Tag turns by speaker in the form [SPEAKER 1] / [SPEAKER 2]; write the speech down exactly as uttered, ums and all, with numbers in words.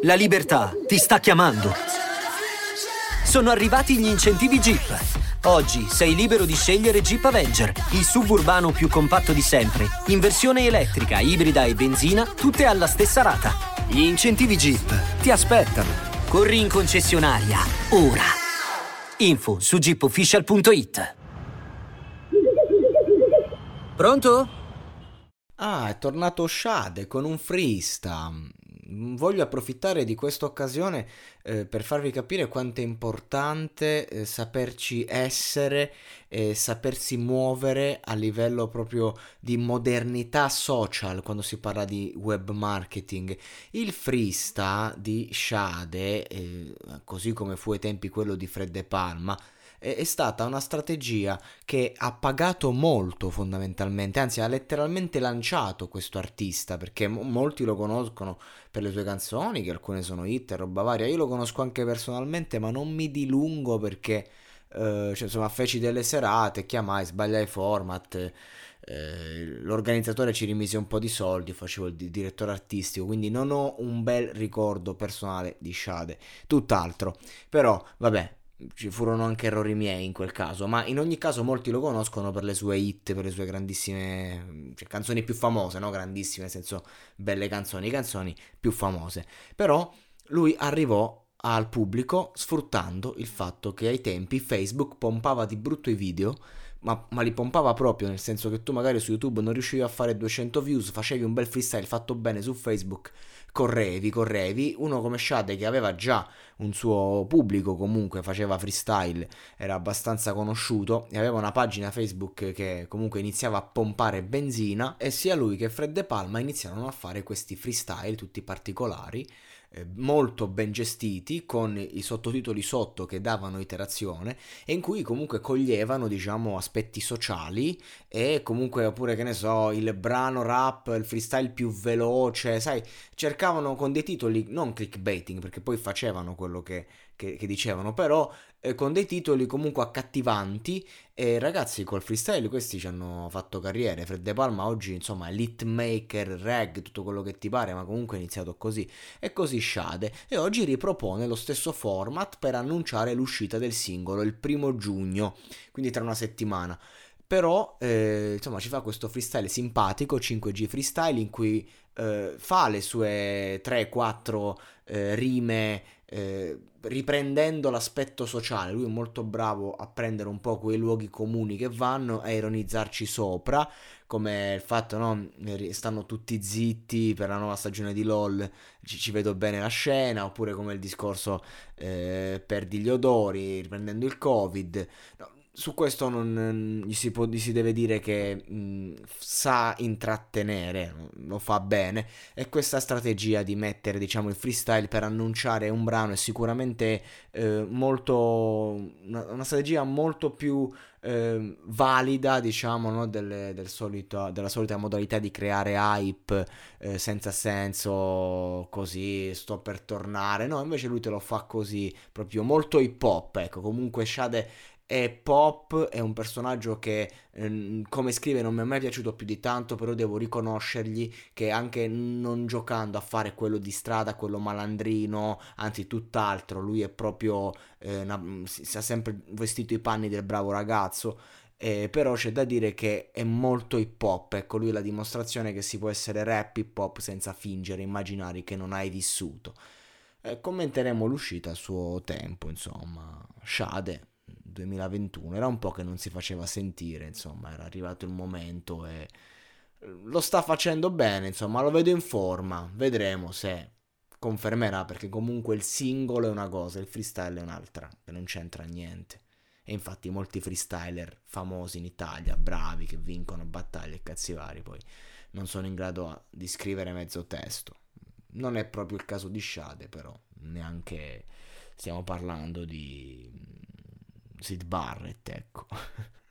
[SPEAKER 1] La libertà ti sta chiamando. Sono arrivati gli incentivi Jeep. Oggi sei libero di scegliere Jeep Avenger, il S U V urbano più compatto di sempre, in versione elettrica, ibrida e benzina, tutte alla stessa rata. Gli incentivi Jeep ti aspettano. Corri in concessionaria, ora. Info su jeep official punto it. Pronto?
[SPEAKER 2] Ah, è tornato Shade con un freesta. Voglio approfittare di questa occasione eh, per farvi capire quanto è importante eh, saperci essere e sapersi muovere a livello proprio di modernità social quando si parla di web marketing. Il freesta di Shade, eh, così come fu ai tempi quello di Fred De Palma, è stata una strategia che ha pagato molto fondamentalmente, anzi ha letteralmente lanciato questo artista, perché mo- molti lo conoscono per le sue canzoni, che alcune sono hit e roba varia. Io lo conosco anche personalmente, ma non mi dilungo perché eh, cioè, insomma, feci delle serate, chiamai, sbagliai format, eh, l'organizzatore ci rimise un po' di soldi, facevo il di- direttore artistico, quindi non ho un bel ricordo personale di Shade, tutt'altro. Però vabbè, ci furono anche errori miei in quel caso, ma in ogni caso molti lo conoscono per le sue hit, per le sue grandissime, cioè, canzoni più famose, no? Grandissime, nel senso belle canzoni, canzoni più famose. Però lui arrivò al pubblico sfruttando il fatto che ai tempi Facebook pompava di brutto i video, ma, ma li pompava proprio, nel senso che tu magari su YouTube non riuscivi a fare duecento views, facevi un bel freestyle fatto bene su Facebook, correvi, correvi, uno come Shade che aveva già un suo pubblico, comunque faceva freestyle, era abbastanza conosciuto e aveva una pagina Facebook che comunque iniziava a pompare benzina, e sia lui che Fred De Palma iniziarono a fare questi freestyle tutti particolari, eh, molto ben gestiti, con i sottotitoli sotto che davano iterazione e in cui comunque coglievano, diciamo, aspetti sociali, e comunque pure, che ne so, il brano rap, il freestyle più veloce, sai, cercavano con dei titoli non clickbaiting, perché poi facevano quello che, che, che dicevano, però eh, con dei titoli comunque accattivanti. E ragazzi, col freestyle questi ci hanno fatto carriere. Fred De Palma oggi insomma è hitmaker, reg, tutto quello che ti pare, ma comunque è iniziato così. E così Shade, e oggi ripropone lo stesso format per annunciare l'uscita del singolo il primo giugno, quindi tra una settimana. Però eh, insomma ci fa questo freestyle simpatico, cinque G freestyle, in cui eh, fa le sue tre quattro eh, rime, eh, riprendendo l'aspetto sociale. Lui è molto bravo a prendere un po' quei luoghi comuni che vanno a ironizzarci sopra, come il fatto, no, stanno tutti zitti per la nuova stagione di LOL, ci, ci vedo bene la scena, oppure come il discorso eh, perdi gli odori, riprendendo il Covid. No, su questo non gli si, può, gli si deve dire che mh, sa intrattenere, lo fa bene, e questa strategia di mettere, diciamo, il freestyle per annunciare un brano è sicuramente eh, molto una, una strategia molto più eh, valida, diciamo, no, del, del solito, della solita modalità di creare hype eh, senza senso, così sto per tornare. No, invece lui te lo fa così, proprio molto hip hop, ecco. Comunque Shade è pop, è un personaggio che ehm, come scrive non mi è mai piaciuto più di tanto, però devo riconoscergli che anche non giocando a fare quello di strada, quello malandrino, anzi tutt'altro, lui è proprio eh, una- si, si ha sempre vestito i panni del bravo ragazzo. Eh, però c'è da dire che è molto hip hop, ecco, lui è la dimostrazione che si può essere rap hip hop senza fingere immaginari che non hai vissuto. Eh, commenteremo l'uscita a suo tempo, insomma. Shade duemilaventuno, era un po' che non si faceva sentire, insomma, era arrivato il momento e lo sta facendo bene, insomma, lo vedo in forma, vedremo se confermerà, perché comunque il singolo è una cosa, il freestyle è un'altra, che non c'entra niente. E infatti molti freestyler famosi in Italia, bravi, che vincono battaglie e cazzi vari, poi non sono in grado di scrivere mezzo testo. Non è proprio il caso di Shade, però neanche stiamo parlando di Sid Barrett, ecco.